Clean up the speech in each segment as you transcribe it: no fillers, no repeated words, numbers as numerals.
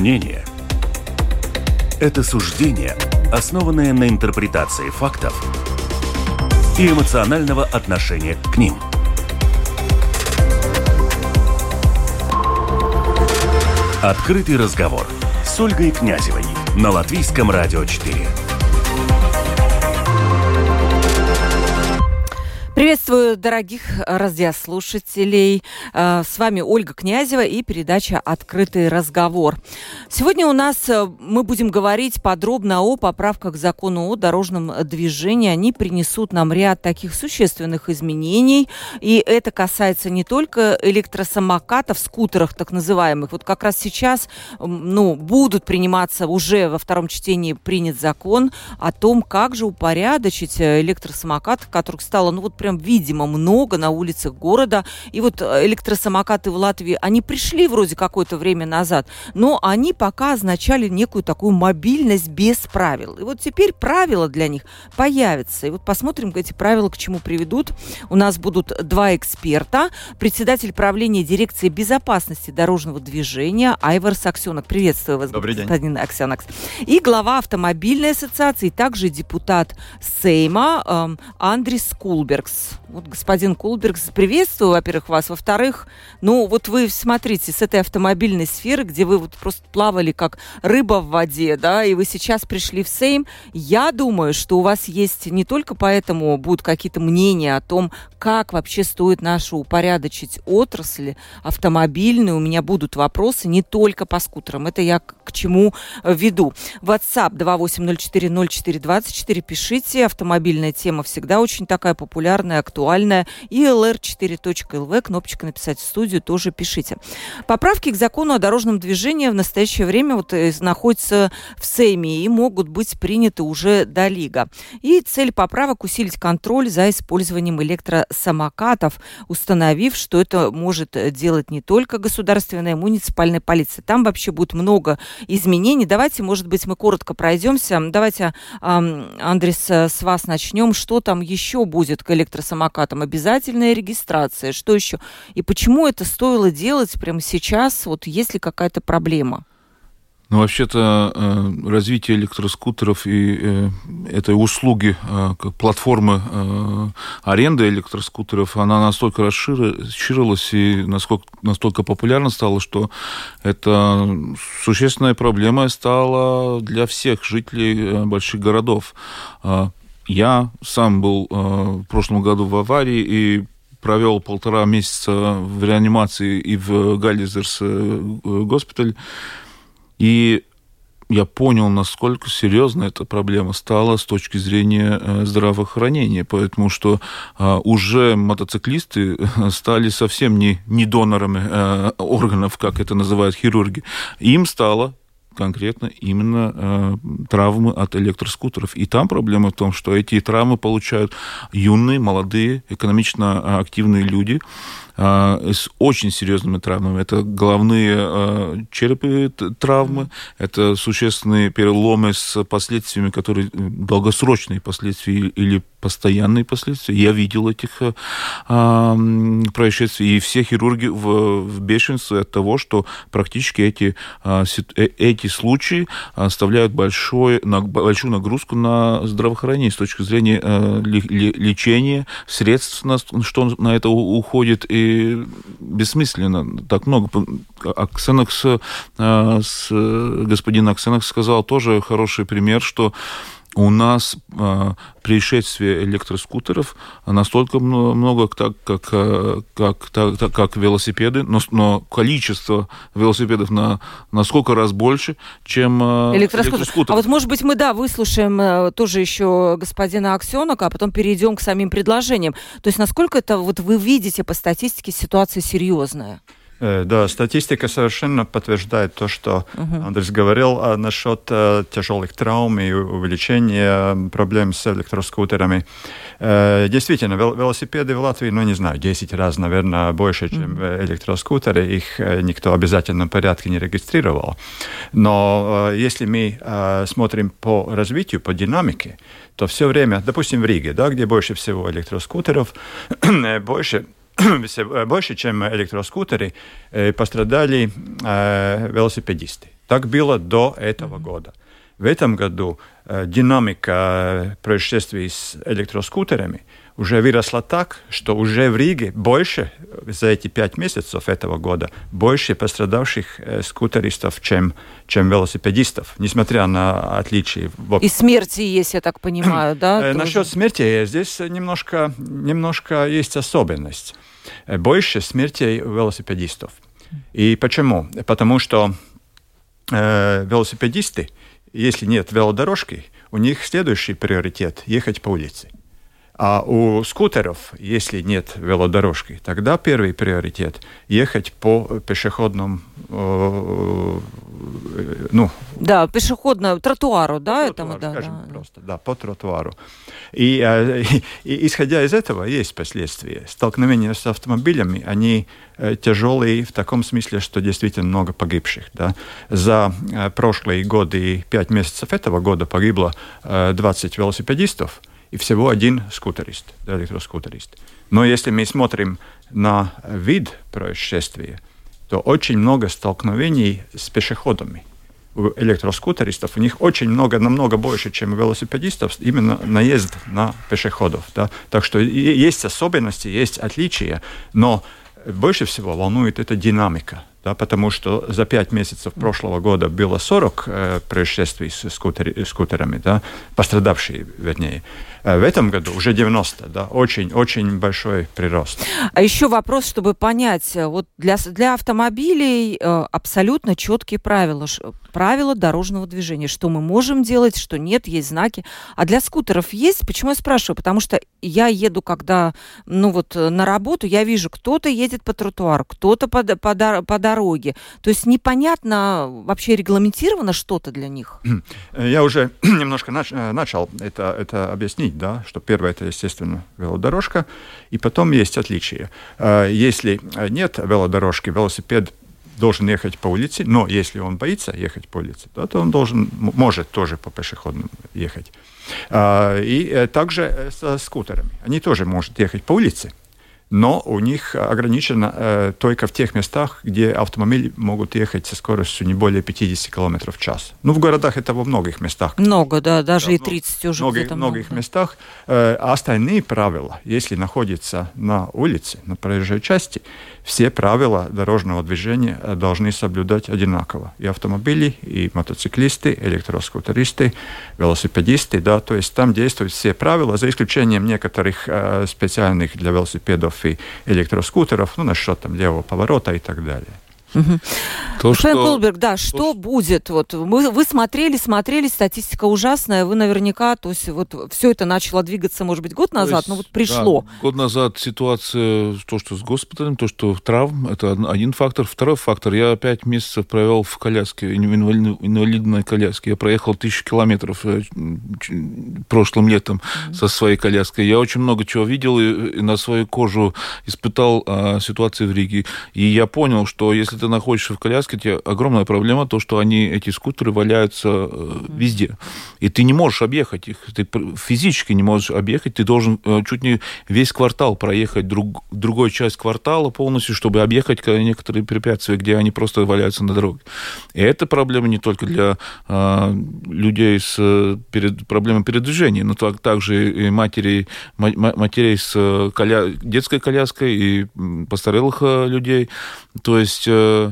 Мнение – это суждение, основанное на интерпретации фактов и эмоционального отношения к ним. Открытый разговор с Ольгой Князевой на Латвийском радио 4. Приветствую, дорогих радиослушателей. С вами Ольга Князева и передача «Открытый разговор». Сегодня у нас мы будем говорить подробно о поправках к закону о дорожном движении. Они принесут нам ряд таких существенных изменений. И это касается не только электросамокатов, скутеров так называемых. Вот как раз сейчас будут приниматься, уже во втором чтении принят закон о том, как же упорядочить электросамокаты, которых стало, прям видимо много на улицах города. И вот электросамокаты в Латвии, они пришли вроде какое-то время назад, но они пока означали некую такую мобильность без правил. И вот теперь правила для них появятся. И вот посмотрим, эти правила к чему приведут. У нас будут два эксперта. Председатель правления дирекции безопасности дорожного движения Айварс Аксенок. Приветствую вас, господин Аксенок. И глава автомобильной ассоциации, также депутат Сейма Андрис Кулбергс. Вот, господин Кулбергс, приветствую, во-первых, вас. Во-вторых, вы смотрите, с этой автомобильной сферы, где вы просто плавали как рыба в воде, да, и вы сейчас пришли в Сейм, я думаю, что у вас есть не только поэтому будут какие-то мнения о том, как вообще стоит нашу упорядочить отрасль автомобильную. У меня будут вопросы не только по скутерам. Это я к чему веду. WhatsApp 28040424. Пишите. Автомобильная тема всегда очень такая популярная, актуальная. И lr4.lv, кнопочка «Написать в студию», тоже пишите. Поправки к закону о дорожном движении в настоящее время находятся в Сейме и могут быть приняты уже до Лига. И цель поправок — усилить контроль за использованием электросамокатов, установив, что это может делать не только государственная, муниципальная полиция. Там вообще будет много изменений. Давайте, может быть, мы коротко пройдемся. Давайте, Андрис, с вас начнем. Что там еще будет к электросамокатам? Обязательная регистрация. Что еще? И почему это стоило делать прямо сейчас? Вот есть ли какая-то проблема? Вообще-то развитие электроскутеров и этой услуги, как платформы аренды электроскутеров, она настолько расширилась и настолько популярна стала, что это существенная проблема стала для всех жителей больших городов. Я сам был в прошлом году в аварии и провел 1,5 месяца в реанимации и в Галлизерс госпиталь. И я понял, насколько серьезна эта проблема стала с точки зрения здравоохранения, потому что уже мотоциклисты стали совсем не донорами органов, как это называют хирурги. Им стало конкретно именно травмы от электроскутеров. И там проблема в том, что эти травмы получают юные, молодые, экономично активные люди с очень серьезными травмами. Это головные черепные травмы, это существенные переломы с последствиями, которые долгосрочные последствия или постоянные последствия. Я видел этих происшествий, и все хирурги в бешенстве от того, что практически эти случаи оставляют большую нагрузку на здравоохранение с точки зрения лечения, средств, что на это уходит, и бессмысленно так много. Господин Аксенокс сказал тоже хороший пример, что у нас пришествие электроскутеров настолько много, как велосипеды, но количество велосипедов на сколько раз больше, чем электроскутеров. А вот, может быть, мы, выслушаем тоже еще господина Аксенока, а потом перейдем к самим предложениям. То есть, насколько это, вы видите по статистике, ситуация серьезная? Да, статистика совершенно подтверждает то, что Андрей говорил насчет тяжелых травм и увеличения проблем с электроскутерами. Действительно, велосипеды в Латвии, 10 раз, наверное, больше, чем электроскутеры. Их никто в обязательном порядке не регистрировал. Но если мы смотрим по развитию, по динамике, то все время, допустим, в Риге, где больше всего электроскутеров, больше больше, чем электроскутеры, пострадали велосипедисты. Так было до этого года. В этом году динамика происшествий с электроскутерами уже выросла так, что уже в Риге больше, за эти 5 месяцев этого года, больше пострадавших скутеристов, чем велосипедистов, несмотря на отличия. И смерти есть, я так понимаю, да? Насчет смерти здесь немножко есть особенность. Больше смертей у велосипедистов. И почему? Потому что велосипедисты, если нет велодорожки, у них следующий приоритет – ехать по улице. А у скутеров, если нет велодорожки, тогда первый приоритет – ехать по пешеходному, Да, пешеходному тротуару, да? По тротуару. И исходя из этого, есть последствия. Столкновения с автомобилями, они тяжелые в таком смысле, что действительно много погибших. Да? За прошлые годы и 5 месяцев этого года погибло 20 велосипедистов, и всего 1 скутерист, электроскутерист. Но если мы смотрим на вид происшествия, то очень много столкновений с пешеходами. У электроскутеристов у них очень много, намного больше, чем у велосипедистов, именно наезд на пешеходов. Да? Так что есть особенности, есть отличия, но больше всего волнует эта динамика. Да, потому что за 5 месяцев прошлого года было 40 происшествий с скутерами, да, пострадавшие, вернее. В этом году уже 90, да, очень большой прирост. А еще вопрос, чтобы понять, вот для автомобилей абсолютно четкие правила дорожного движения, что мы можем делать, что нет, есть знаки. А для скутеров есть? Почему я спрашиваю? Потому что я еду, когда, на работу, я вижу, кто-то едет по тротуару, кто-то по дороге. То есть непонятно, вообще регламентировано что-то для них? Я уже немножко начал это объяснить, да, что первое, это, естественно, велодорожка, и потом есть отличия. Если нет велодорожки, велосипед должен ехать по улице, но если он боится ехать по улице, то он может тоже по пешеходным ехать. И также со скутерами. Они тоже могут ехать по улице, но у них ограничено только в тех местах, где автомобили могут ехать со скоростью не более 50 км в час. В городах это во многих местах. Много, да, даже и 30 уже где-то много. В многих местах. А остальные правила, если находятся на улице, на проезжей части, все правила дорожного движения должны соблюдать одинаково. И автомобили, и мотоциклисты, электроскутеристы, велосипедисты, да, то есть там действуют все правила, за исключением некоторых специальных для велосипедов и электроскутеров, насчет там левого поворота и так далее. Господин Голдберг, да, что будет? Вы смотрели, статистика ужасная, вы наверняка, то есть все это начало двигаться, может быть, год назад, но пришло. Да, год назад ситуация, то, что с госпиталем, то, что травм, это один фактор. Второй фактор, я 5 месяцев провел в коляске, инвалидной коляске. Я проехал 1000 километров прошлым летом со своей коляской. Я очень много чего видел и на свою кожу испытал ситуацию в Риге. И я понял, что если ты находишься в коляске, у тебя огромная проблема, то, что эти скутеры валяются везде. И ты не можешь объехать их. Ты физически не можешь объехать. Ты должен чуть не весь квартал проехать, другую часть квартала полностью, чтобы объехать некоторые препятствия, где они просто валяются на дороге. И это проблема не только для людей с проблемой передвижения, но также и матерей с детской коляской и постарелых людей. То есть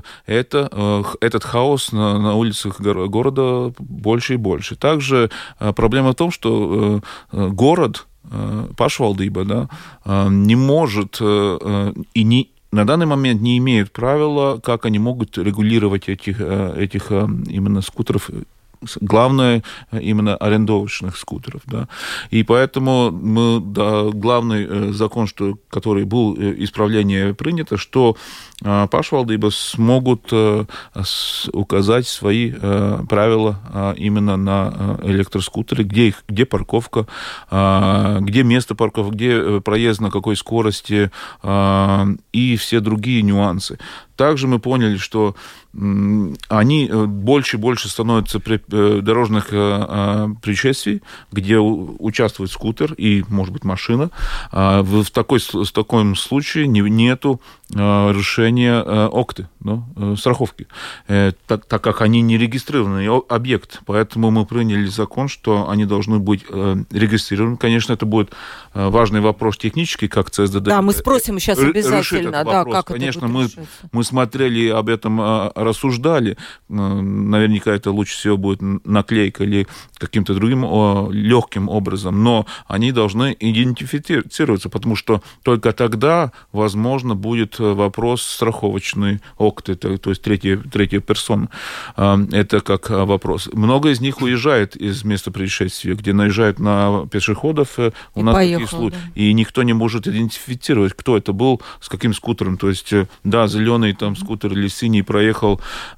этот хаос на улицах города больше и больше. Также проблема в том, что город, пашвалдыба, да, не может и на данный момент не имеют правила, как они могут регулировать этих именно скутеров, главное, именно арендовочных скутеров. Да. И поэтому главный закон, который был исправление принято, что пашвалдыбы смогут указать свои правила именно на электроскутеры, где парковка, где место парковки, где проезд на какой скорости и все другие нюансы. Также мы поняли, что они больше и больше становятся дорожных происшествий, где участвует скутер и, может быть, машина. В таком случае нету решения ОКТы, страховки, так как они не регистрированный объект. Поэтому мы приняли закон, что они должны быть регистрированы. Конечно, это будет важный вопрос технический, как ЦСДД. Да, мы спросим сейчас обязательно, да, как конечно, это будет мы смотрели, об этом рассуждали. Наверняка это лучше всего будет наклейка или каким-то другим легким образом, но они должны идентифицироваться, потому что только тогда, возможно, будет вопрос страховочный ОКТ, то есть третья персона. Это как вопрос. Много из них уезжает из места происшествия, где наезжают на пешеходов. У нас такие случаи. Да. И никто не может идентифицировать, кто это был, с каким скутером. То есть, да, зеленый там скутер или синий проехал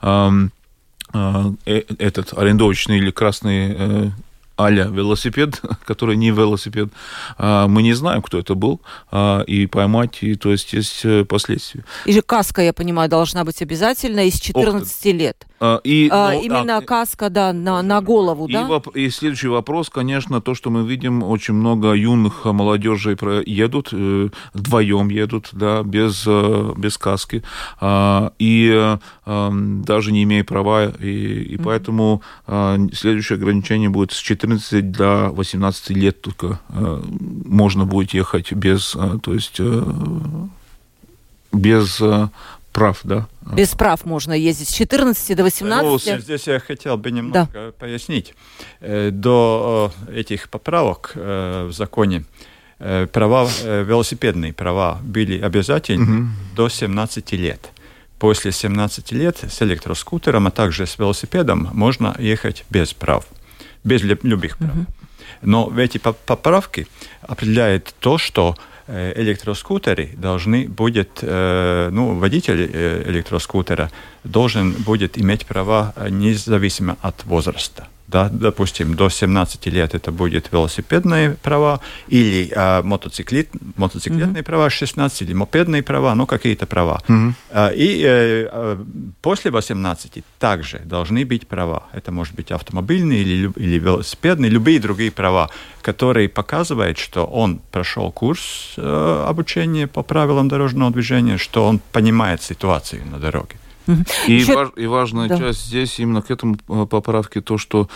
этот арендовочный или красный а-ля велосипед, который не велосипед, мы не знаем, кто это был, и поймать, то есть последствия. И же каска, я понимаю, должна быть обязательно из 14 лет. Именно каска, да, на голову, да? И следующий вопрос, конечно, то, что мы видим, очень много юных молодежей едут, вдвоем едут, да, без каски, и даже не имея права, и поэтому следующее ограничение будет с 14 до 18 лет только можно будет ехать без прав, да. Без прав можно ездить с 14 до 18. Здесь я хотел бы немного пояснить. До этих поправок в законе велосипедные права были обязательны до 17 лет. После 17 лет с электроскутером, а также с велосипедом можно ехать без прав. Без любых прав. Но эти поправки определяют то, что электроскутеры должны будет, водитель электроскутера должен будет иметь права независимо от возраста. Да, допустим, до 17 лет это будет велосипедные права или мотоциклетные права, 16, или мопедные права, какие-то права. И после 18 также должны быть права. Это может быть автомобильные или велосипедные, любые другие права, которые показывают, что он прошел курс обучения по правилам дорожного движения, что он понимает ситуацию на дороге. И важная часть здесь именно к этому поправке то, что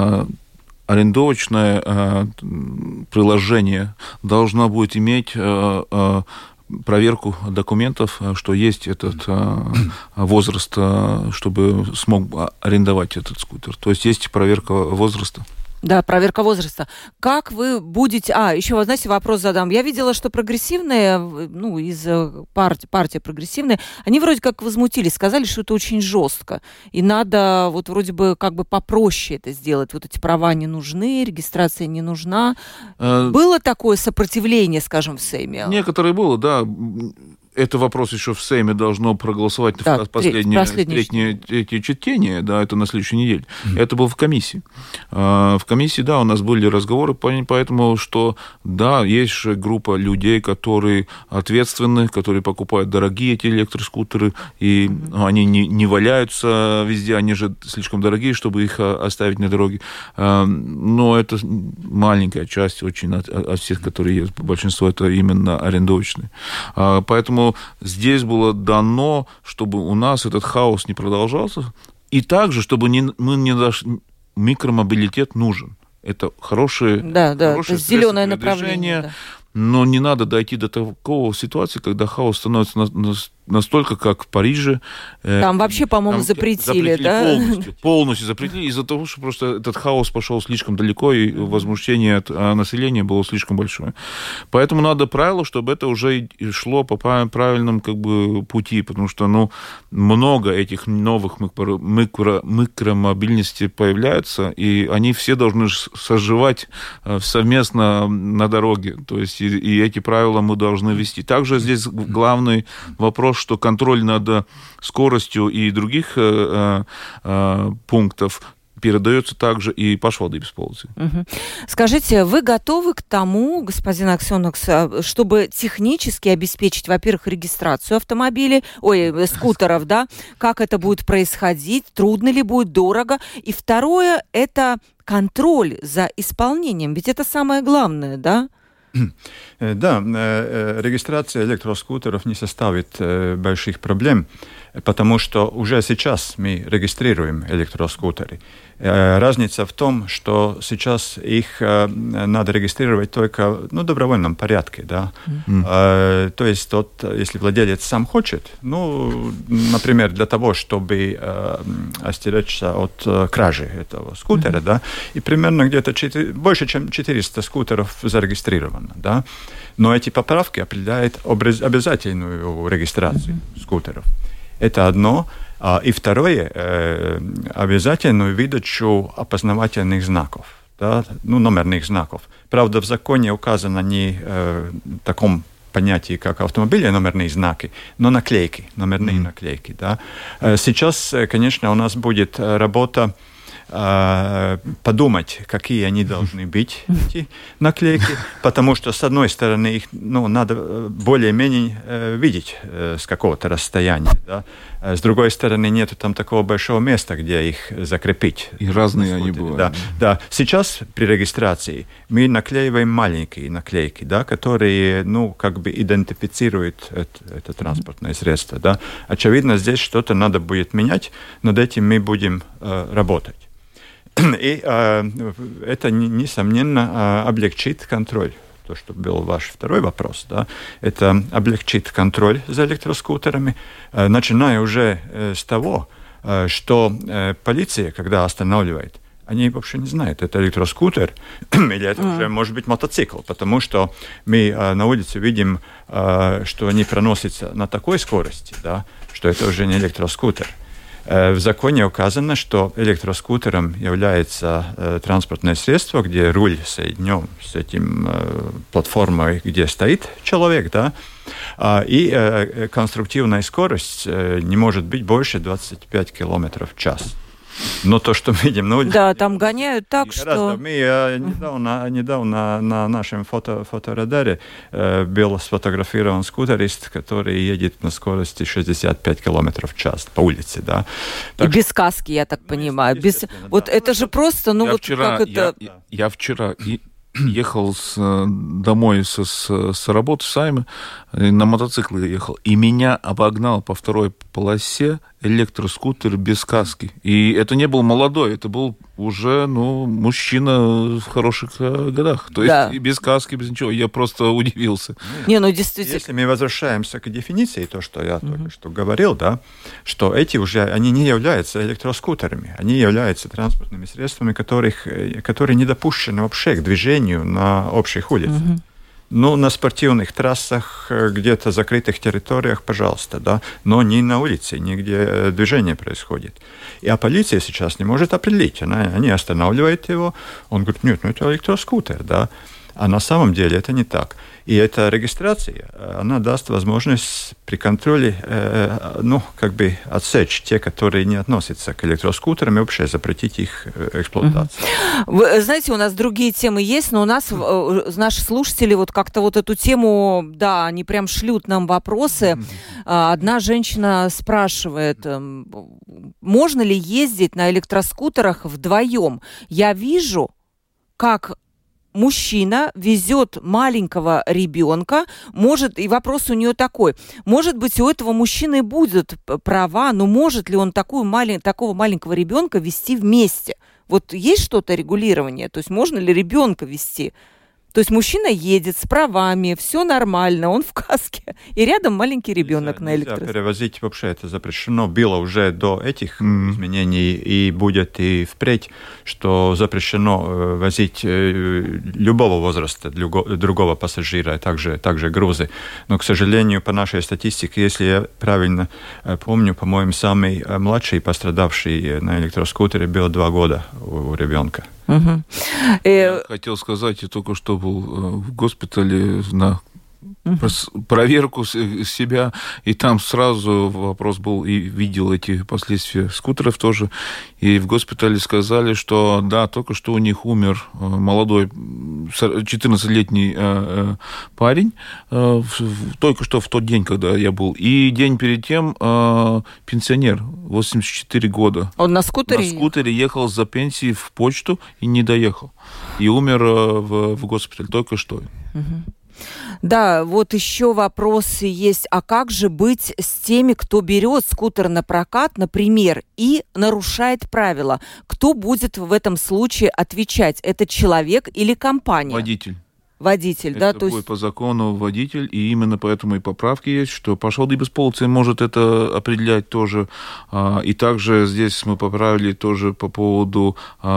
арендовочное приложение должно будет иметь проверку документов, что есть этот возраст, чтобы смог арендовать этот скутер. То есть есть проверка возраста. Да, проверка возраста. Как вы будете... еще, знаете, вопрос задам. Я видела, что прогрессивные, из партии прогрессивные, они вроде как возмутились, сказали, что это очень жестко. И надо вроде бы как бы попроще это сделать. Вот эти права не нужны, регистрация не нужна. Было такое сопротивление, скажем, в Сейме? Некоторые было, да. Это вопрос еще в Сейме должно проголосовать в последнее третье чтение, да, это на следующей неделе. Это было в комиссии. В комиссии, да, у нас были разговоры, поэтому, что, да, есть же группа людей, которые ответственны, которые покупают дорогие эти электроскутеры, и они не валяются везде, они же слишком дорогие, чтобы их оставить на дороге. Но это маленькая часть очень от всех, которые едут. Большинство это именно арендовочные. Поэтому здесь было дано, чтобы у нас этот хаос не продолжался, и также, чтобы микромобилитет нужен. Это хорошее зеленое направление. Да. Но не надо дойти до такого ситуации, когда хаос становится настолько, как в Париже. Там вообще, по-моему, запретили, да? Полностью запретили, из-за того, что просто этот хаос пошел слишком далеко, и возмущение от населения было слишком большое. Поэтому надо правило, чтобы это уже шло по правильному пути, потому что много этих новых микромобильностей появляется, и они все должны соживать совместно на дороге. То есть и эти правила мы должны вести. Также здесь главный вопрос, что контроль над скоростью и других пунктов передается также и пашвалдības полиции. Скажите, вы готовы к тому, господин Аксенокс, чтобы технически обеспечить, во-первых, регистрацию автомобилей, скутеров, да? Как это будет происходить? Трудно ли будет, дорого? И второе, это контроль за исполнением. Ведь это самое главное, да? Да, регистрация электроскутеров не составит больших проблем, потому что уже сейчас мы регистрируем электроскутеры. Разница в том, что сейчас их надо регистрировать только в добровольном порядке. Да? То есть, если владелец сам хочет, например, для того, чтобы остеречься от кражи этого скутера, да, и примерно где-то больше, чем 400 скутеров зарегистрировано. Да? Но эти поправки определяют обязательную регистрацию скутеров. Это одно. И второе, обязательную выдачу опознавательных знаков, да, номерных знаков. Правда, в законе указано не в таком понятии, как автомобильные номерные знаки, но наклейки, номерные наклейки. Да. Сейчас, конечно, у нас будет работа подумать, какие они должны быть, эти наклейки, потому что, с одной стороны, их надо более-менее видеть с какого-то расстояния, да? С другой стороны, нету там такого большого места, где их закрепить. И разные они бывают. Да. Сейчас при регистрации мы наклеиваем маленькие наклейки, да, которые, идентифицируют это транспортное средство. Да? Очевидно, здесь что-то надо будет менять, над этим мы будем работать. И это, несомненно, облегчит контроль. То, что был ваш второй вопрос, да, это облегчит контроль за электроскутерами, начиная уже с того, что полиция, когда останавливает, они вообще не знают, это электроскутер или это уже может быть мотоцикл, потому что мы на улице видим, что они проносятся на такой скорости, да, что это уже не электроскутер. В законе указано, что электроскутером является транспортное средство, где руль соединен с этим платформой, где стоит человек, да, и конструктивная скорость не может быть больше 25 км в час. Но то, что мы видим на улице... Да, там гоняют так, что... Мы недавно на нашем фоторадаре был сфотографирован скутерист, который едет на скорости 65 км в час по улице. Да? И без каски, я так понимаю. Вот это же просто... Я вчера ехал домой с работы Сайма, на мотоцикле ехал, и меня обогнал по второй полосе электроскутер без каски. И это не был молодой, это был уже, мужчина в хороших годах. То есть и без каски, без ничего. Я просто удивился. Действительно. Если мы возвращаемся к дефиниции, то, что я только что говорил, да, что эти уже, они не являются электроскутерами, они являются транспортными средствами, которые не допущены вообще к движению на общих улицах. На спортивных трассах, где-то закрытых территориях, пожалуйста, да, но не на улице, не где движение происходит. А полиция сейчас не может определить. Они останавливают его, он говорит, нет, это электроскутер, да. А на самом деле это не так. И эта регистрация, она даст возможность при контроле, отсечь те, которые не относятся к электроскутерам, и вообще запретить их эксплуатацию. Вы знаете, у нас другие темы есть, но у нас наши слушатели как-то эту тему, да, они прям шлют нам вопросы. Одна женщина спрашивает, можно ли ездить на электроскутерах вдвоем? Я вижу, как мужчина везет маленького ребенка, и вопрос у нее такой, может быть, у этого мужчины будут права, но может ли он такого маленького ребенка везти вместе? Вот есть что-то регулирование? То есть можно ли ребенка везти? То есть мужчина едет с правами, все нормально, он в каске, и рядом маленький ребенок на электроскутере. Нельзя перевозить вообще, это запрещено. Было уже до этих изменений, и будет и впредь, что запрещено возить любого возраста другого пассажира, также грузы. Но, к сожалению, по нашей статистике, если я правильно помню, по-моему, самый младший пострадавший на электроскутере был 2 года у ребенка. Я хотел сказать, я только что был в госпитале на проверку себя, и там сразу вопрос был, и видел эти последствия скутеров тоже, и в госпитале сказали, что да, только что у них умер молодой 14-летний парень, только что в тот день, когда я был, и день перед тем пенсионер, 84 года. Он на скутере? На скутере ехал за пенсией в почту и не доехал, и умер в госпитале только что. Да, вот еще вопросы есть. А как же быть с теми, кто берет скутер на прокат, например, и нарушает правила? Кто будет в этом случае отвечать? Это человек или компания? Водитель, это да? Это будет по закону водитель, и именно поэтому и поправки есть, что пошел без полиции может это определять тоже. И также здесь мы поправили тоже по поводу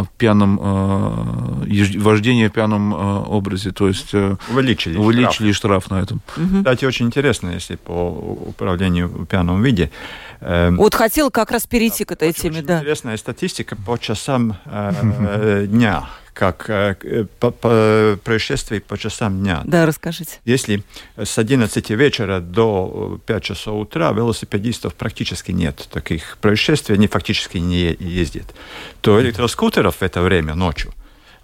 вождения в пьяном образе, то есть увеличили штраф на этом. Кстати, очень интересно, если по управлению в пьяном виде. Вот хотел как раз перейти к этой теме, да. Интересная статистика по часам дня. Как происшествий по часам дня. Да, расскажите. Если с 11 вечера до 5 часов утра велосипедистов практически нет таких происшествий, они фактически не ездят, то электроскутеров в это время ночью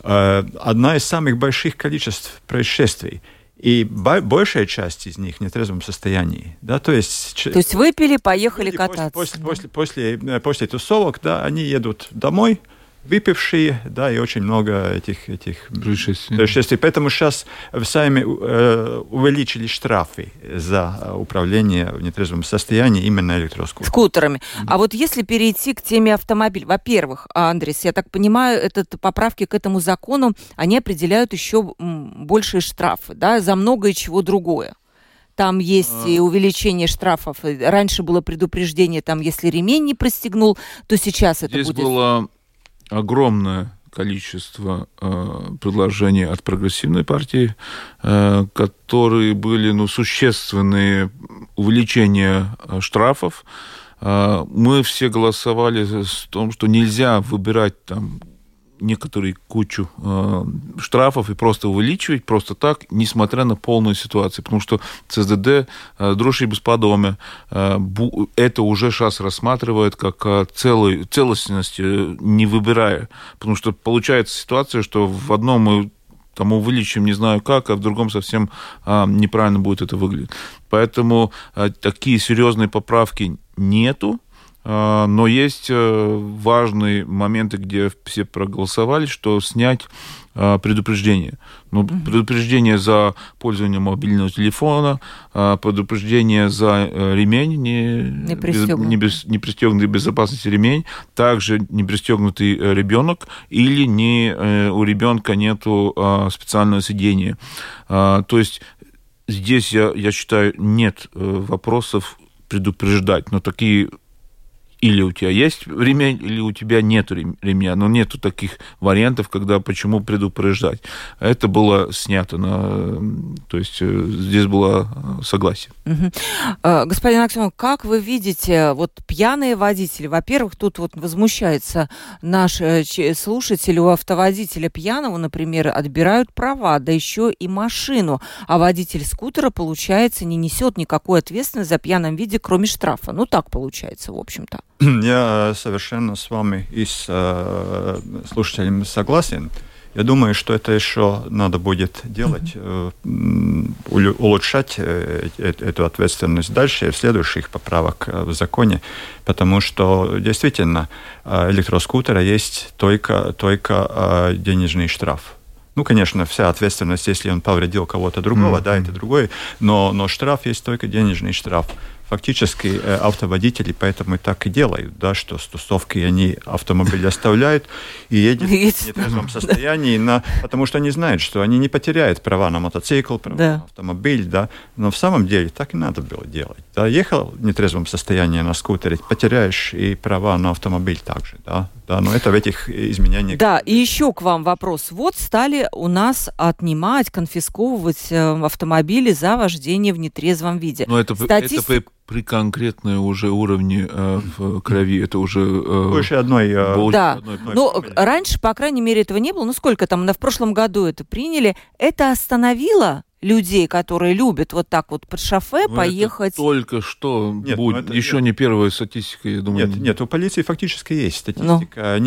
одна из самых больших количеств происшествий. И большая часть из них в нетрезвом состоянии. Да, то есть выпили, поехали кататься. После тусовок, да, они едут домой, выпившие, да, и очень много этих происшествий. Поэтому сейчас в Сайме увеличили штрафы за управление в нетрезвом состоянии именно электроскутерами. Скутерами. А вот если перейти к теме автомобилей, во-первых, Андрис, я так понимаю, поправки к этому закону, они определяют еще большие штрафы, да, за многое чего другое. Там есть и увеличение штрафов. Раньше было предупреждение, там, если ремень не пристегнул, то сейчас это здесь будет... было огромное количество предложений от прогрессивной партии, которые были существенные увеличения штрафов. Мы все голосовали за то, что нельзя выбирать там некоторые кучу штрафов и просто увеличивать просто так, несмотря на полную ситуацию. Потому что ЦСДД, дружба по дому, это уже сейчас рассматривает как целостность, не выбирая. Потому что получается ситуация, что в одном мы там увеличим не знаю как, а в другом совсем неправильно будет это выглядеть. Поэтому такие серьезные поправки нету. Но есть важные моменты, где все проголосовали, что снять предупреждение. Предупреждение за пользование мобильного телефона, предупреждение за ремень, не пристегнутый безопасности ремень, также не пристегнутый ребенок или у ребенка нету специального сидения. То есть здесь, я считаю, нет вопросов предупреждать, но такие... Или у тебя есть ремень, или у тебя нет ремня. Но нету таких вариантов, почему предупреждать. Это было снято. То есть здесь было согласие. Господин Аксенов, как вы видите, пьяные водители, во-первых, тут возмущается наш слушатель, у автоводителя пьяного, например, отбирают права, да еще и машину, а водитель скутера, получается, не несет никакой ответственности за пьяном виде, кроме штрафа. Так получается, в общем-то. Я совершенно с вами и с слушателями согласен. Я думаю, что это еще надо будет делать, улучшать эту ответственность дальше, в следующих поправок в законе, потому что действительно электроскутера есть только денежный штраф. Конечно, вся ответственность, если он повредил кого-то другого, да, это другое, но штраф есть только денежный штраф. Фактически автоводители поэтому и так и делают, да, что с тусовки они автомобиль оставляют и едут в нетрезвом состоянии, потому что они знают, что они не потеряют права на мотоцикл, права на автомобиль, да, но в самом деле так и надо было делать. Да, ехал в нетрезвом состоянии на скутере, потеряешь и права на автомобиль также, да, но это в этих изменениях. Да, и еще к вам вопрос. Стали у нас отнимать, конфисковывать автомобили за вождение в нетрезвом виде. Но это при конкретной уже уровне в крови, это уже... Больше одной... Да, но раньше, по крайней мере, этого не было. Сколько там, в прошлом году это приняли. Это остановило людей, которые любят вот так вот под шофе поехать? Это только что будет. Еще не первая статистика, я думаю. Нет, у полиции фактически есть статистика.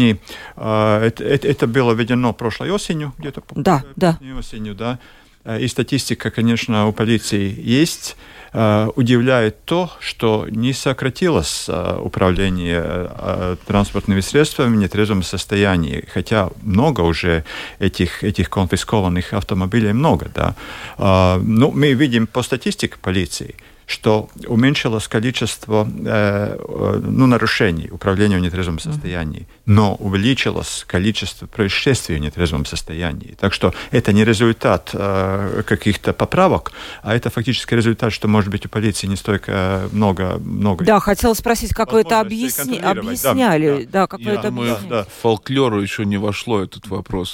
Это было введено прошлой осенью, где-то осенью, да. И статистика, конечно, у полиции есть. Удивляет то, что не сократилось управление транспортными средствами в нетрезвом состоянии, хотя много уже этих конфискованных автомобилей много, да. Мы видим по статистике полиции, что уменьшилось количество нарушений управления в нетрезвом состоянии, но увеличилось количество происшествий в нетрезвом состоянии. Так что это не результат каких-то поправок, а это фактически результат, что, может быть, у полиции не столько много... Да, хотела спросить, как вы это объясняли. Да, как вы это объясняли. В фольклор еще не вошло этот вопрос.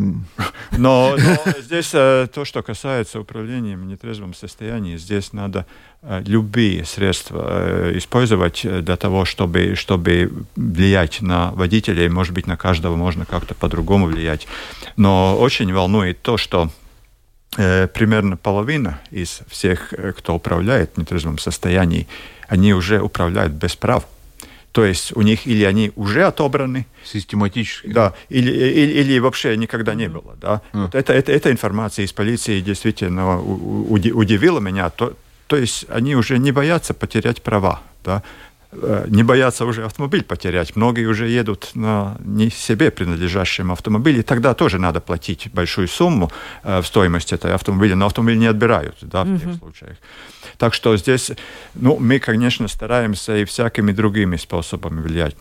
Но здесь то, что касается управления в нетрезвом состоянии, здесь надо любые средства использовать для того, чтобы влиять на водителей. Может быть, на каждого можно как-то по-другому влиять. Но очень волнует то, что примерно половина из всех, кто управляет в нетрезвом состоянии, они уже управляют без прав. То есть у них или они уже отобраны. Систематически. Да, или вообще никогда не было. Да. Вот эта информация из полиции действительно удивила меня. То есть они уже не боятся потерять права, да? Не боятся уже автомобиль потерять. Многие уже едут на не себе принадлежащем автомобиле. И тогда тоже надо платить большую сумму в стоимость этого автомобиля, но автомобиль не отбирают, да, в тех случаях. Так что здесь, мы, конечно, стараемся и всякими другими способами влиять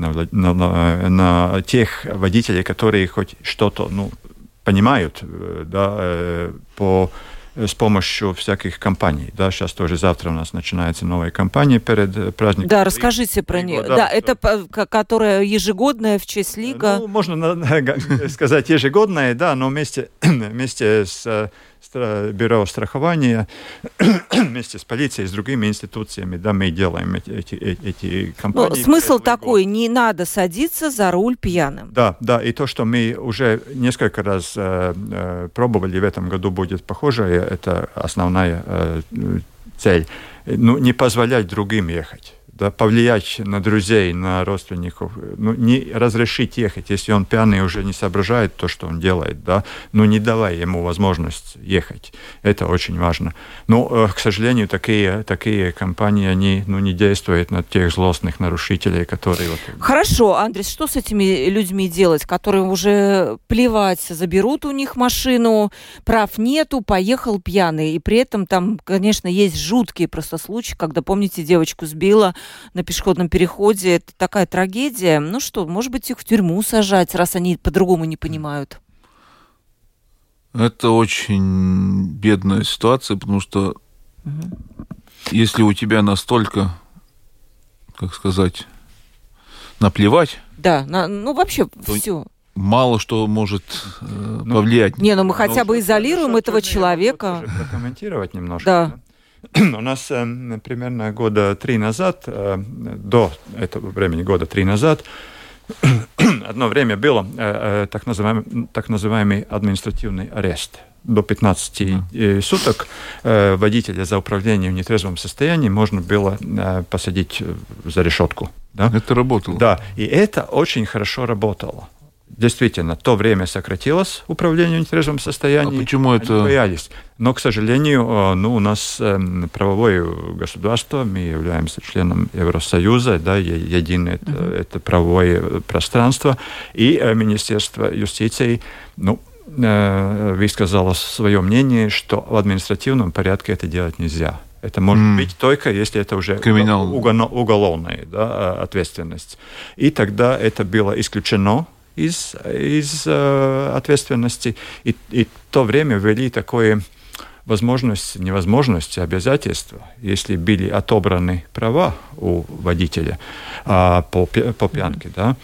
на тех водителей, которые хоть что-то понимают, да, с помощью всяких кампаний. Да, сейчас тоже завтра у нас начинается новая кампания перед праздником. Да, расскажите про нее. Да, это которая ежегодная в честь Лига. Можно сказать ежегодная, да, но вместе с бюро страхования, вместе с полицией, с другими институциями, да, мы делаем эти кампании. Смысл такой, не надо садиться за руль пьяным. Да, и то, что мы уже несколько раз пробовали, в этом году будет похоже, это основная цель. Не позволять другим ехать. Да, повлиять на друзей, на родственников, не разрешить ехать, если он пьяный уже не соображает то, что он делает, да, не давай ему возможность ехать. Это очень важно. Но, к сожалению, такие компании, они не действуют на тех злостных нарушителей, которые... Хорошо, Андрей, что с этими людьми делать, которые уже плевать, заберут у них машину, прав нету, поехал пьяный, и при этом там, конечно, есть жуткие просто случаи, когда, помните, девочку сбила на пешеходном переходе. Это такая трагедия. Может быть, их в тюрьму сажать, раз они по-другому не понимают? Это очень бедная ситуация, потому что если у тебя настолько, как сказать, наплевать... Да, вообще все. Мало что может повлиять. Мы хотя бы изолируем этого человека. Я хочу прокомментировать немножко. Да. У нас примерно года 3 назад, до этого времени, года 3 назад, одно время было так называемый административный арест. До 15 суток водителя за управление в нетрезвом состоянии можно было посадить за решетку. Да? Это работало. Да, и это очень хорошо работало. Действительно, то время сократилось управление в нетрезвом состоянии. А почему это? Они боялись. Но, к сожалению, у нас правовое государство, мы являемся членом Евросоюза, да, единое это правовое пространство, и Министерство юстиции, высказало свое мнение, что в административном порядке это делать нельзя. Это может быть только, если это уже уголовная, да, ответственность. И тогда это было исключено из ответственности. И в то время ввели такое невозможность, обязательства, если были отобраны права у водителя по пьянке, да.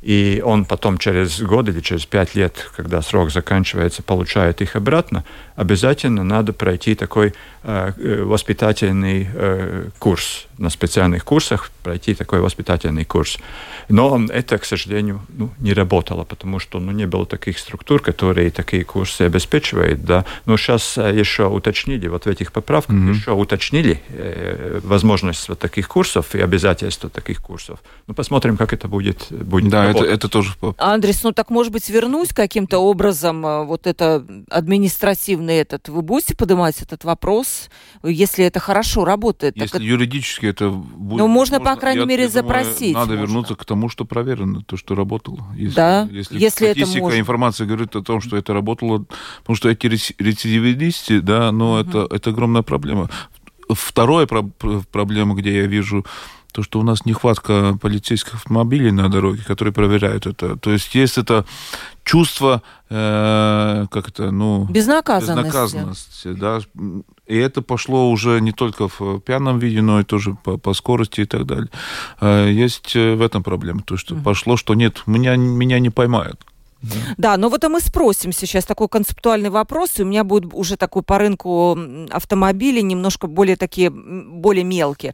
и он потом через год или через 5 лет, когда срок заканчивается, получает их обратно, обязательно надо пройти такой воспитательный курс. На специальных курсах пройти такой воспитательный курс. Но это, к сожалению, не работало, потому что не было таких структур, которые такие курсы обеспечивают. Да. Но сейчас еще уточнили, вот в этих поправках еще уточнили возможность вот таких курсов и обязательства таких курсов. Посмотрим, как это будет да, работать. Это тоже... Андрес, так может быть вернусь каким-то образом, вот это административный вы будете поднимать этот вопрос, если это хорошо работает? Если юридически это будет... можно, по крайней мере, запросить. Надо вернуться к тому, что проверено, то, что работало. Если статистика, это информация говорит о том, что это работало, потому что эти рецидивисты, да, но это огромная проблема. Вторая проблема, где я вижу, то, что у нас нехватка полицейских автомобилей на дороге, которые проверяют это. То есть это чувство, безнаказанности, да, и это пошло уже не только в пьяном виде, но и тоже по скорости и так далее. Есть в этом проблема, то, что пошло, что нет, меня не поймают. Да, но мы спросим сейчас такой концептуальный вопрос, и у меня будет уже такой по рынку автомобилей немножко более мелкие.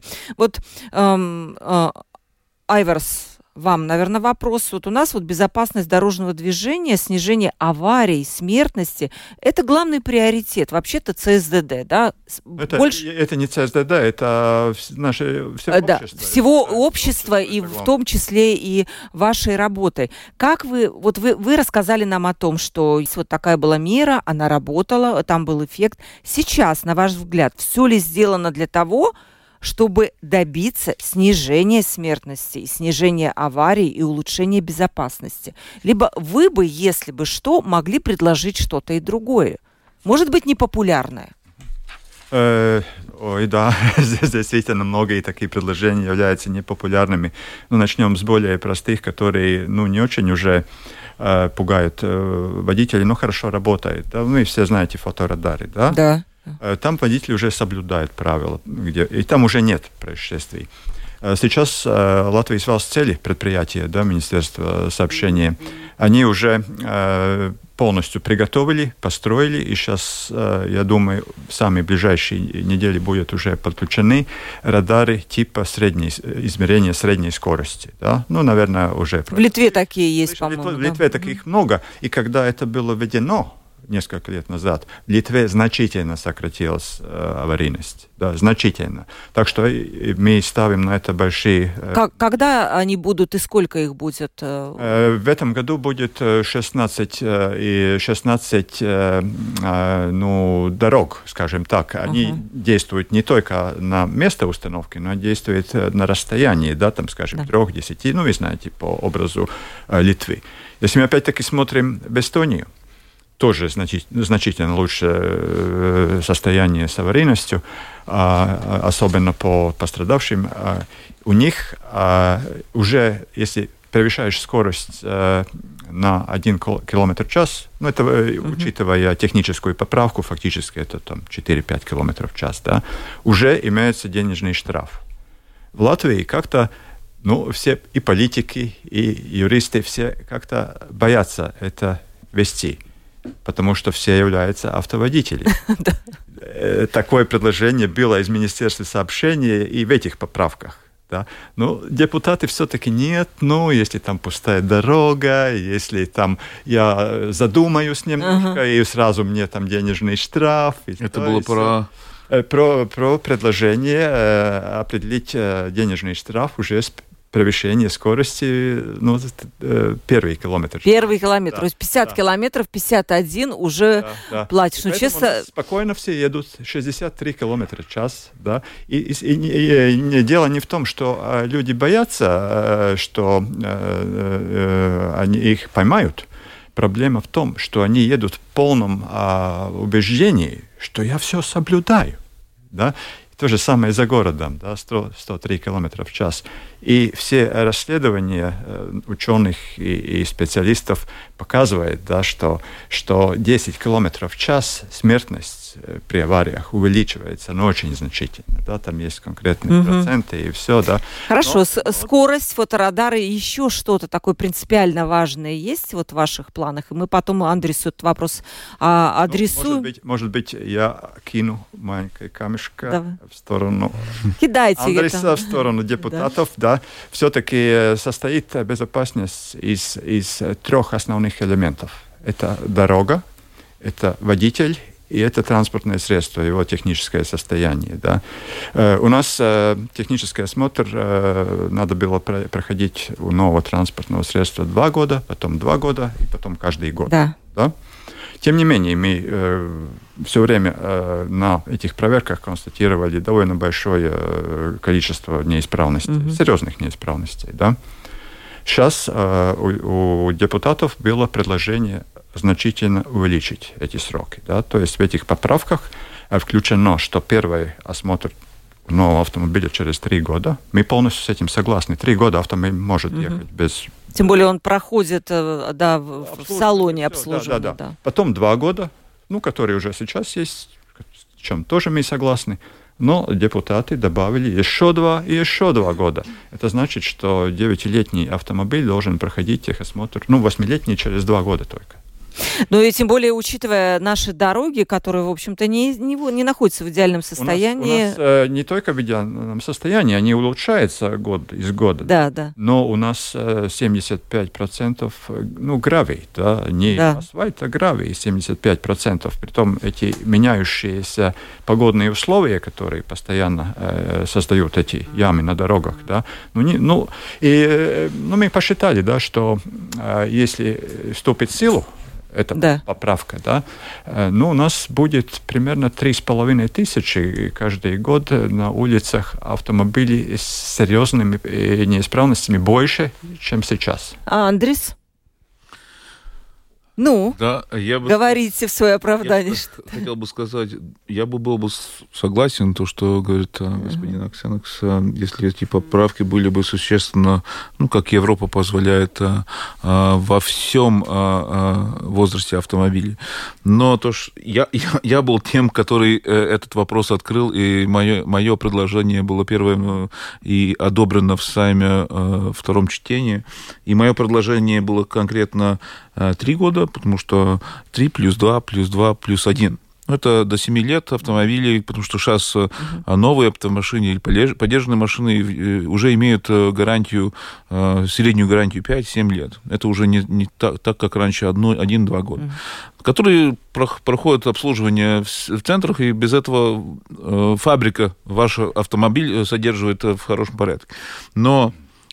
Айварс, вам, наверное, вопрос. У нас безопасность дорожного движения, снижение аварий, смертности – это главный приоритет. Вообще-то ЦСДД, да? Это не ЦСДД, это наше общество. Всего общества, и в том числе и вашей работы. Как вы рассказали нам о том, что такая была мера, она работала, там был эффект. Сейчас, на ваш взгляд, все ли сделано для того, чтобы добиться снижения смертности, снижения аварий и улучшения безопасности? Либо вы бы, если бы что, могли предложить что-то и другое? Может быть, непопулярное? Да, здесь действительно многие такие предложения являются непопулярными. Начнем с более простых, которые не очень уже пугают водителей, но хорошо работают. Да? Вы все знаете фоторадары, да? Да. Там водители уже соблюдают правила, и там уже нет происшествий. Сейчас Латвijas valsts ceļi предприятие, да, Министерство сообщения, они уже полностью приготовили, построили, и сейчас, я думаю, в самые ближайшие недели будут уже подключены радары типа измерения средней скорости. Да? Наверное, уже... В Литве такие есть, по-моему. В Литве таких много, и когда это было введено несколько лет назад, в Литве значительно сократилась аварийность. Да, значительно. Так что мы ставим на это большие... Когда они будут и сколько их будет? В этом году будет 16 дорог, скажем так. Они действуют не только на место установки, но действуют на расстоянии, да, там, скажем, 3-10, вы знаете, по образу Литвы. Если мы опять-таки смотрим в Эстонию, тоже значительно лучше состояние с аварийностью, особенно по пострадавшим. У них уже, если превышаешь скорость на 1 км в час, это, учитывая техническую поправку, фактически это 4-5 км в час, да, уже имеется денежный штраф. В Латвии как-то все и политики, и юристы все как-то боятся это вести, потому что все являются автоводителями. Такое предложение было из Министерства сообщения и в этих поправках. Да? Депутаты все-таки нет, если там пустая дорога, если там я задумаюсь немножко, и сразу мне там денежный штраф. Это было про предложение определить денежный штраф уже с превышение скорости, первый километр. Первый километр, то есть 50 километров, 51 уже платишь. Честно... Спокойно все едут 63 километра в час. Да? И дело не в том, что люди боятся, что они их поймают. Проблема в том, что они едут в полном убеждении, что я все соблюдаю. Да? То же самое за городом, да, 103 км в час. И все расследования ученых и специалистов показывают, да, что 10 км в час смертность при авариях увеличивается, но очень значительно. Да, там есть конкретные проценты и все. Да. Хорошо, скорость, фоторадары и еще что-то такое принципиально важное есть вот в ваших планах? И мы потом Андресу этот вопрос адресуем. Может быть, я кину маленькое камешко в сторону Кидайте Андреса, это. в сторону депутатов. Да. Все-таки состоит безопасность из 3 основных элементов. Это дорога, это водитель и это транспортное средство, его техническое состояние. Да. У нас технический осмотр надо было проходить у нового транспортного средства 2 года, потом 2 года и потом каждый год. Да. Да? Тем не менее, мы все время на этих проверках констатировали довольно большое количество неисправностей, серьезных неисправностей. Да? Сейчас у депутатов было предложение значительно увеличить эти сроки. Да? То есть в этих поправках включено, что первый осмотр нового автомобиля через 3 года. Мы полностью с этим согласны. 3 года автомобиль может ехать без... Тем более он проходит в салоне обслуживания. Да. Потом 2 года, которые уже сейчас есть, с чем тоже мы согласны. Но депутаты добавили еще 2 и еще 2 года. Это значит, что 9-летний автомобиль должен проходить техосмотр, 8-летний через 2 года только. Ну и тем более, учитывая наши дороги, которые, в общем-то, не находятся в идеальном состоянии. У нас не только в идеальном состоянии, они улучшаются год из года. Да. Но у нас 75% гравий, да, не асфальт, а гравий 75%. Притом эти меняющиеся погодные условия, которые постоянно создают эти ямы на дорогах, да, мы посчитали, да, что если вступит в силу эта поправка, да, у нас будет примерно 3500 каждый год на улицах автомобилей с серьезными неисправностями больше, чем сейчас. А Андрес? Говорите в свое оправдание. Хотел бы сказать, я был бы согласен, то, что говорит господин Аксенакс, если эти поправки были бы существенно, как Европа позволяет во всем возрасте автомобилей. Но то, что я был тем, который этот вопрос открыл, и мое предложение было первым и одобрено в Сайме в 2 чтении. И мое предложение было конкретно 3 года, потому что 3 плюс 2 плюс 2 плюс 1. Это до 7 лет автомобилей, потому что сейчас новые автомашины или подержанные машины уже имеют гарантию, среднюю гарантию 5-7 лет. Это уже не так, как раньше, 1-2 года. Которые проходят обслуживание в центрах, и без этого фабрика ваш автомобиль содерживает в хорошем порядке. Но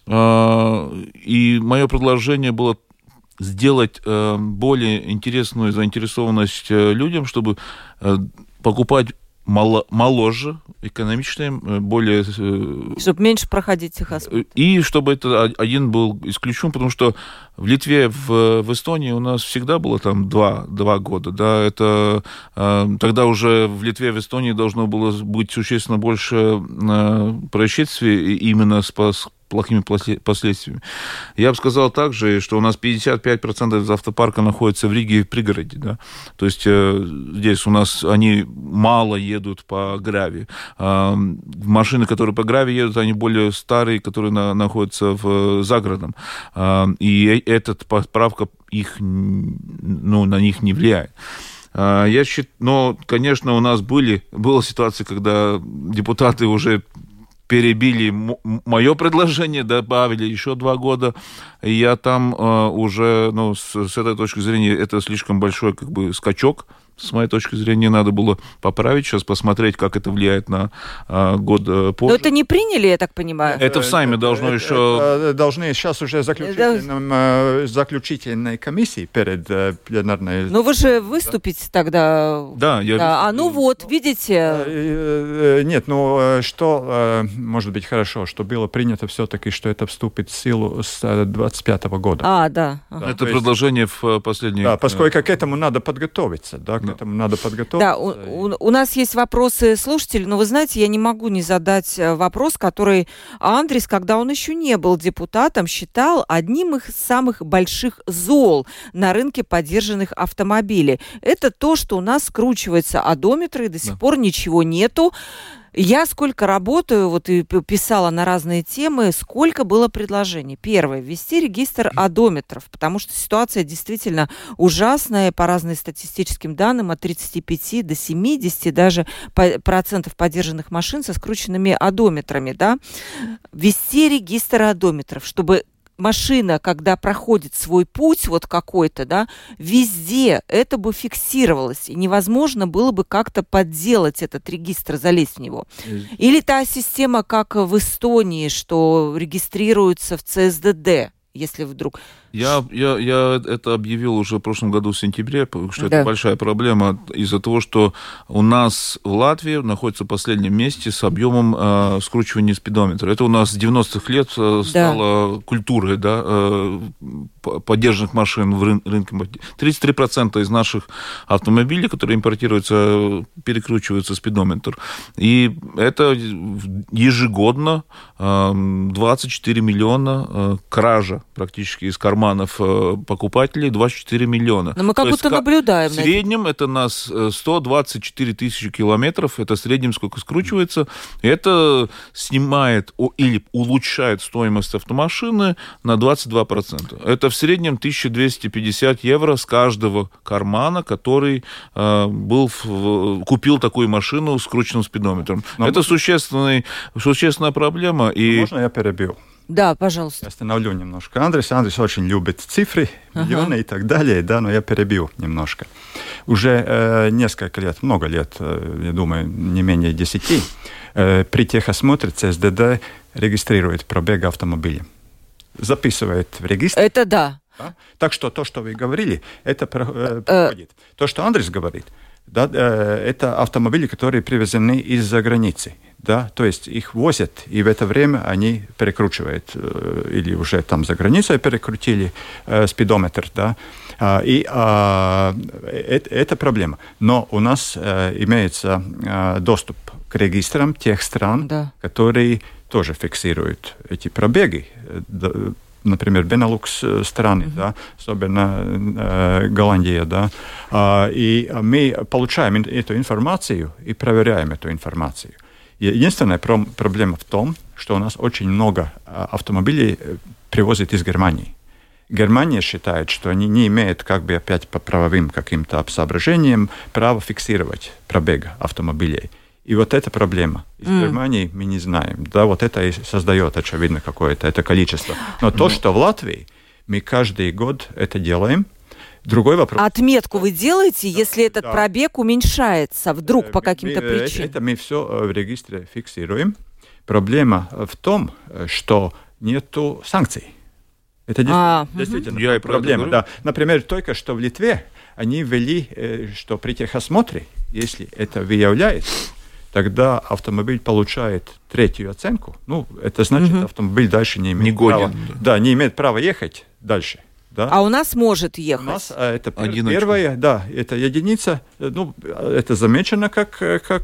и мое предложение было сделать более интересную заинтересованность людям, чтобы покупать моложе, экономичные, более... Чтобы меньше проходить техосмотр. И чтобы это один был исключен, потому что в Литве, в Эстонии у нас всегда было там 2 года. Да, это тогда уже в Литве, в Эстонии должно было быть существенно больше происшествий именно с плохими последствиями. Я бы сказал также, что у нас 55% из автопарка находится в Риге и в пригороде. Да? То есть здесь у нас они мало едут по гравию. Машины, которые по гравию едут, они более старые, которые находятся за городом. И эта поправка на них не влияет. Я считаю, но, конечно, у нас была ситуация, когда депутаты уже перебили мое предложение, добавили еще 2 года. И я там уже, с этой точки зрения, это слишком большой скачок. С моей точки зрения, надо было поправить, сейчас посмотреть, как это влияет на год позже. Но это не приняли, я так понимаю? Это в Сайме должно еще... Должны сейчас уже заключительной комиссии перед пленарной... Но вы же выступите тогда. Да, я... видите... Нет, что может быть хорошо, что было принято все-таки, что это вступит в силу с 25 года. Да. Это предложение в последней... Да, поскольку к этому надо подготовиться, да, этому надо подготовиться. Да, у нас есть вопросы слушателей, но вы знаете, я не могу не задать вопрос, который Андрис, когда он еще не был депутатом, считал одним из самых больших зол на рынке подержанных автомобилей. Это то, что у нас скручиваются одометры, и до сих пор ничего нету. Я сколько работаю, вот и писала на разные темы, сколько было предложений. Первое, ввести регистр одометров, потому что ситуация действительно ужасная, по разным статистическим данным, от 35 до 70 даже процентов подержанных машин со скрученными одометрами, да. Ввести регистр одометров, чтобы машина, когда проходит свой путь вот какой-то, да, везде это бы фиксировалось, и невозможно было бы как-то подделать этот регистр, залезть в него. Или та система, как в Эстонии, что регистрируется в ЦСДД, если вдруг... Я это объявил уже в прошлом году в сентябре, что это большая проблема из-за того, что у нас в Латвии находится в последнем месте с объемом скручивания спидометра. Это у нас с 90-х лет стало культурой, да, подержанных машин в рынке. 33% из наших автомобилей, которые импортируются, перекручиваются спидометр. И это ежегодно 24 миллиона кража практически из карманов покупателей, 24 миллиона. Но мы как будто наблюдаем. В среднем это нас 124 тысячи километров, это в среднем сколько скручивается. Это снимает или улучшает стоимость автомашины на 22%. Это в среднем 1250 евро с каждого кармана, который купил такую машину с скрученным спидометром. Это существенная проблема. Можно я перебью? Да, пожалуйста. Я остановлю немножко. Андрис очень любит цифры, миллионы и так далее, да, но я перебью немножко. Уже несколько лет, много лет, я думаю, не менее 10, при техосмотре ЦСДД регистрирует пробег автомобиля. Записывает в регистр. Это да. Так что то, что вы говорили, это проходит. То, что Андрис говорит, да, это автомобили, которые привезены из-за границы. Да, то есть их возят, и в это время они перекручивают, или уже там за границей перекрутили спидометр, да, это проблема. Но у нас имеется доступ к регистрам тех стран, которые тоже фиксируют эти пробеги. Например, Бенелукс страны, да, особенно Голландия, да, и мы получаем эту информацию и проверяем эту информацию. Единственная проблема в том, что у нас очень много автомобилей привозят из Германии. Германия считает, что они не имеют, как бы опять по правовым каким-то соображениям, права фиксировать пробег автомобилей. И вот эта проблема. Из Германии мы не знаем. Да, вот это и создает, очевидно, какое-то это количество. Но то, что в Латвии мы каждый год это делаем. Другой вопрос. Отметку вы делаете, если этот пробег уменьшается вдруг по каким-то причинам? Это мы все в регистре фиксируем. Проблема в том, что нету санкций. Это действительно проблема. Да. Например, только что в Литве они ввели, что при техосмотре, если это выявляется, тогда автомобиль получает 3-ю оценку. Ну, это значит, автомобиль дальше не имеет права. Да, не имеет права ехать дальше. Да? А у нас может ехать. У нас это первая, да, это единица. Ну, это замечено как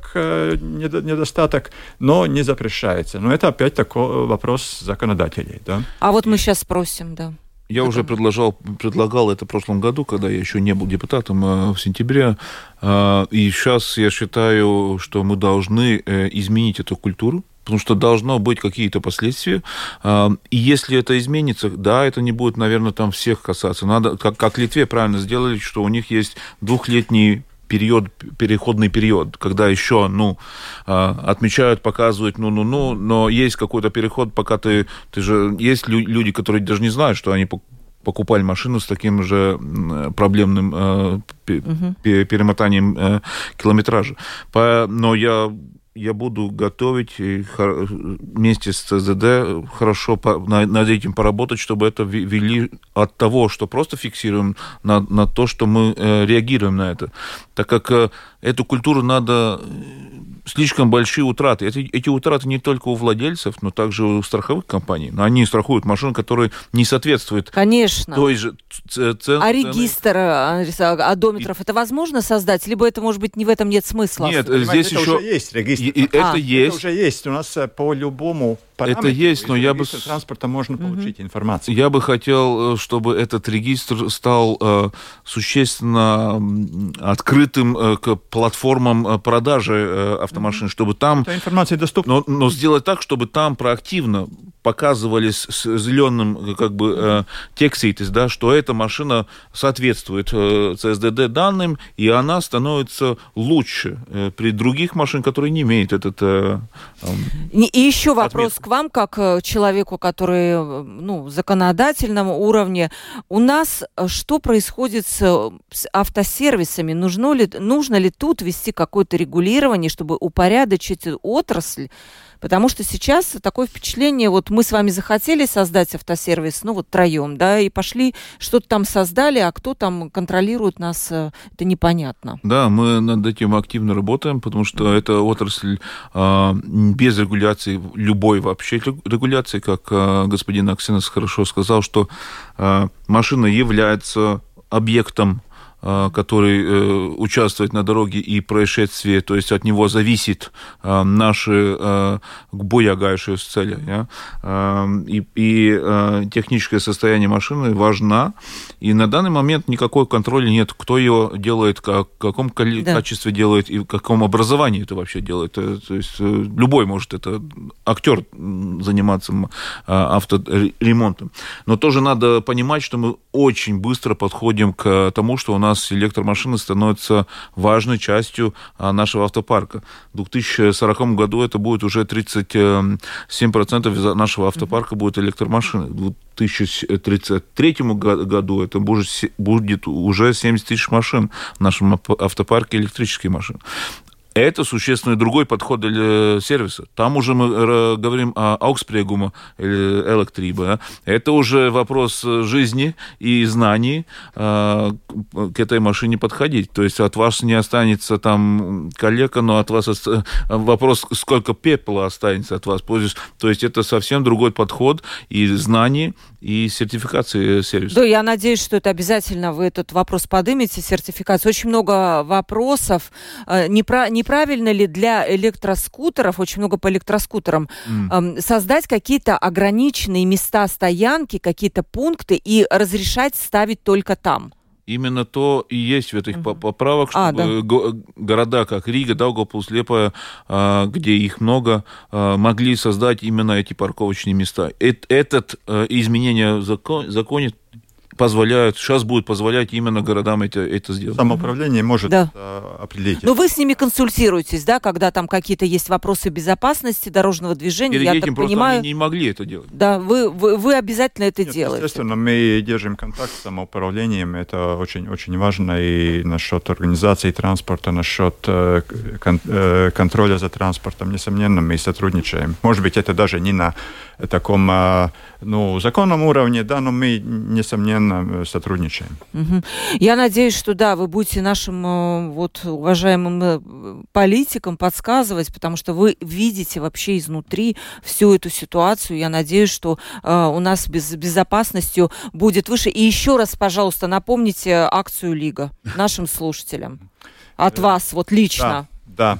недостаток, но не запрещается. Но это опять такой вопрос законодателей. Да? А вот мы сейчас спросим, да. Я уже предлагал это в прошлом году, когда я еще не был депутатом, в сентябре. И сейчас я считаю, что мы должны изменить эту культуру, потому что должно быть какие-то последствия. И если это изменится, да, это не будет, наверное, там всех касаться. Надо, как Литве правильно сделали, что у них есть 2-летний переходный период, когда еще, отмечают, показывают, но есть какой-то переход, пока ты же... Есть люди, которые даже не знают, что они покупали машину с таким же проблемным перемотанием километража. Но я буду готовить вместе с ЦСДД хорошо над этим поработать, чтобы это ввели от того, что просто фиксируем, на то, что мы реагируем на это. Так как эту культуру надо слишком большие утраты. Эти утраты не только у владельцев, но также у страховых компаний. Но они страхуют машины, которые не соответствуют той же цене. А регистр одометров, это возможно создать? Либо это, может быть, не в этом нет смысла? Нет, здесь это еще... уже есть регистр. Это есть. Это уже есть. У нас по любому параметру это есть, но я бы... транспорта можно получить информацию. Я бы хотел, чтобы этот регистр стал существенно открытым к платформам продажи автомашин, чтобы там... Эта информация доступна. Но сделать так, чтобы там проактивно показывались с зеленым текститис, да, что эта машина соответствует CSDD данным, и она становится лучше при других машинах, которые не имеют этот... И еще вопрос к вам, как человеку, который в законодательном уровне. У нас что происходит с автосервисами? Нужно ли тут ввести какое-то регулирование, чтобы упорядочить отрасль? Потому что сейчас такое впечатление, вот мы с вами захотели создать автосервис, троем, да, и пошли, что-то там создали, а кто там контролирует нас, это непонятно. Да, мы над этим активно работаем, потому что это отрасль без регуляции, любой вообще регуляции, как господин Аксенов хорошо сказал, что машина является объектом, который участвует на дороге и происшествии, то есть от него зависит наши боягайшие цели. И техническое состояние машины важно, и на данный момент никакой контроля нет, кто ее делает, в каком качестве делает и в каком образовании это вообще делает. То есть любой может это актер заниматься авторемонтом. Но тоже надо понимать, что мы очень быстро подходим к тому, что у нас электромашины становятся важной частью нашего автопарка. В 2040 году это будет уже 37% из нашего автопарка будет электромашины. В 2033 году это будет уже 70 тысяч машин в нашем автопарке, электрических машин. Это существенно другой подход для сервиса. Там уже мы говорим о аукспрегума или электрибе. Это уже вопрос жизни и знаний к этой машине подходить. То есть от вас не останется там калека, но от вас вопрос, сколько пепла останется от вас. То есть это совсем другой подход и знаний, и сертификации сервиса. Да, я надеюсь, что это обязательно вы этот вопрос поднимете, сертификацию. Очень много вопросов. Неправильно ли для электроскутеров, очень много по электроскутерам, создать какие-то ограниченные места стоянки, какие-то пункты и разрешать ставить только там? Именно то и есть в этих поправках, чтобы города, как Рига, Даугавпилс, Лиепая, где их много, могли создать именно эти парковочные места. Это изменение в законе сейчас будет позволять именно городам это сделать. Самоуправление может определить. Но вы с ними консультируетесь, да, когда там какие-то есть вопросы безопасности дорожного движения, я так понимаю. Они не могли это делать. Да, вы обязательно это делаете. Естественно, мы держим контакт с самоуправлением, это очень важно и насчет организации транспорта, насчет контроля за транспортом, несомненно, мы сотрудничаем. Может быть, это даже не на таком законном уровне, да, но мы, несомненно, сотрудничаем. Я надеюсь, что да, вы будете нашим уважаемым политикам подсказывать, потому что вы видите вообще изнутри всю эту ситуацию. Я надеюсь, что у нас с безопасностью будет выше. И еще раз, пожалуйста, напомните акцию Лига нашим слушателям. От вас, лично. Да.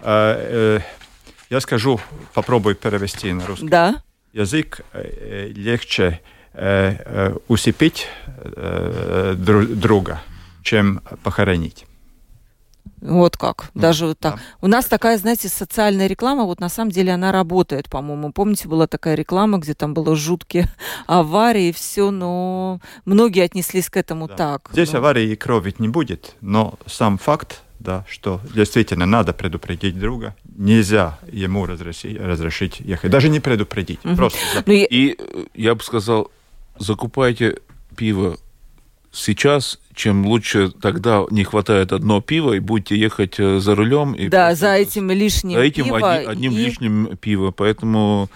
Я скажу, попробую перевести на русский. Да. Язык легче усыпить друга, чем похоронить. Вот как, даже вот так. Да. У нас такая, знаете, социальная реклама, на самом деле она работает, по-моему. Помните, была такая реклама, где там было жуткие аварии и все, но многие отнеслись к этому так. Здесь аварии и крови не будет, но сам факт, да, что действительно надо предупредить друга, нельзя ему разрешить ехать, даже не предупредить. Просто. И я бы сказал, закупайте пиво сейчас, чем лучше тогда не хватает одно пиво, и будете ехать за рулем. И за этим лишним одним лишним пиво. Поэтому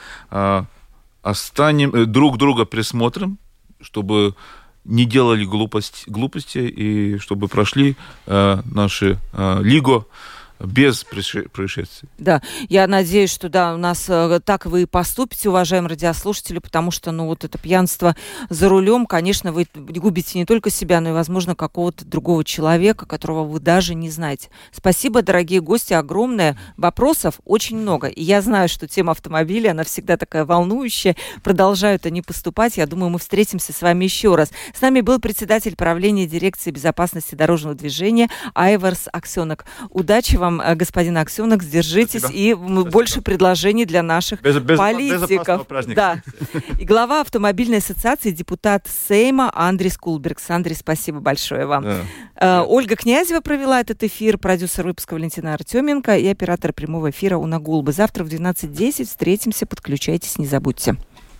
друг друга присмотрим, чтобы не делали глупости, и чтобы прошли наши Лиго без происшествий. Да, я надеюсь, что да, у нас так вы и поступите, уважаемые радиослушатели, потому что, вот это пьянство за рулем, конечно, вы губите не только себя, но и, возможно, какого-то другого человека, которого вы даже не знаете. Спасибо, дорогие гости, огромное. Вопросов очень много. И я знаю, что тема автомобиля, она всегда такая волнующая. Продолжают они поступать. Я думаю, мы встретимся с вами еще раз. С нами был председатель правления дирекции безопасности дорожного движения Айварс Аксенок. Удачи вам, господин Аксенок, сдержитесь. Спасибо. И больше предложений для наших политиков. Да. И глава автомобильной ассоциации, депутат Сейма Андрис Кулбергс. Андрей, спасибо большое вам. Да. Ольга Князева провела этот эфир, продюсер выпуска Валентина Артеменко и оператор прямого эфира Уна Гулба. Завтра в 12:10 встретимся, подключайтесь, не забудьте.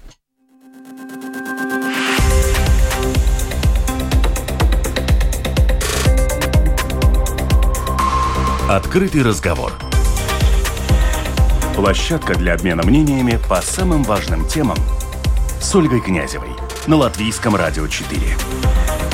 Открытый разговор. Площадка для обмена мнениями по самым важным темам с Ольгой Князевой на Латвийском радио 4.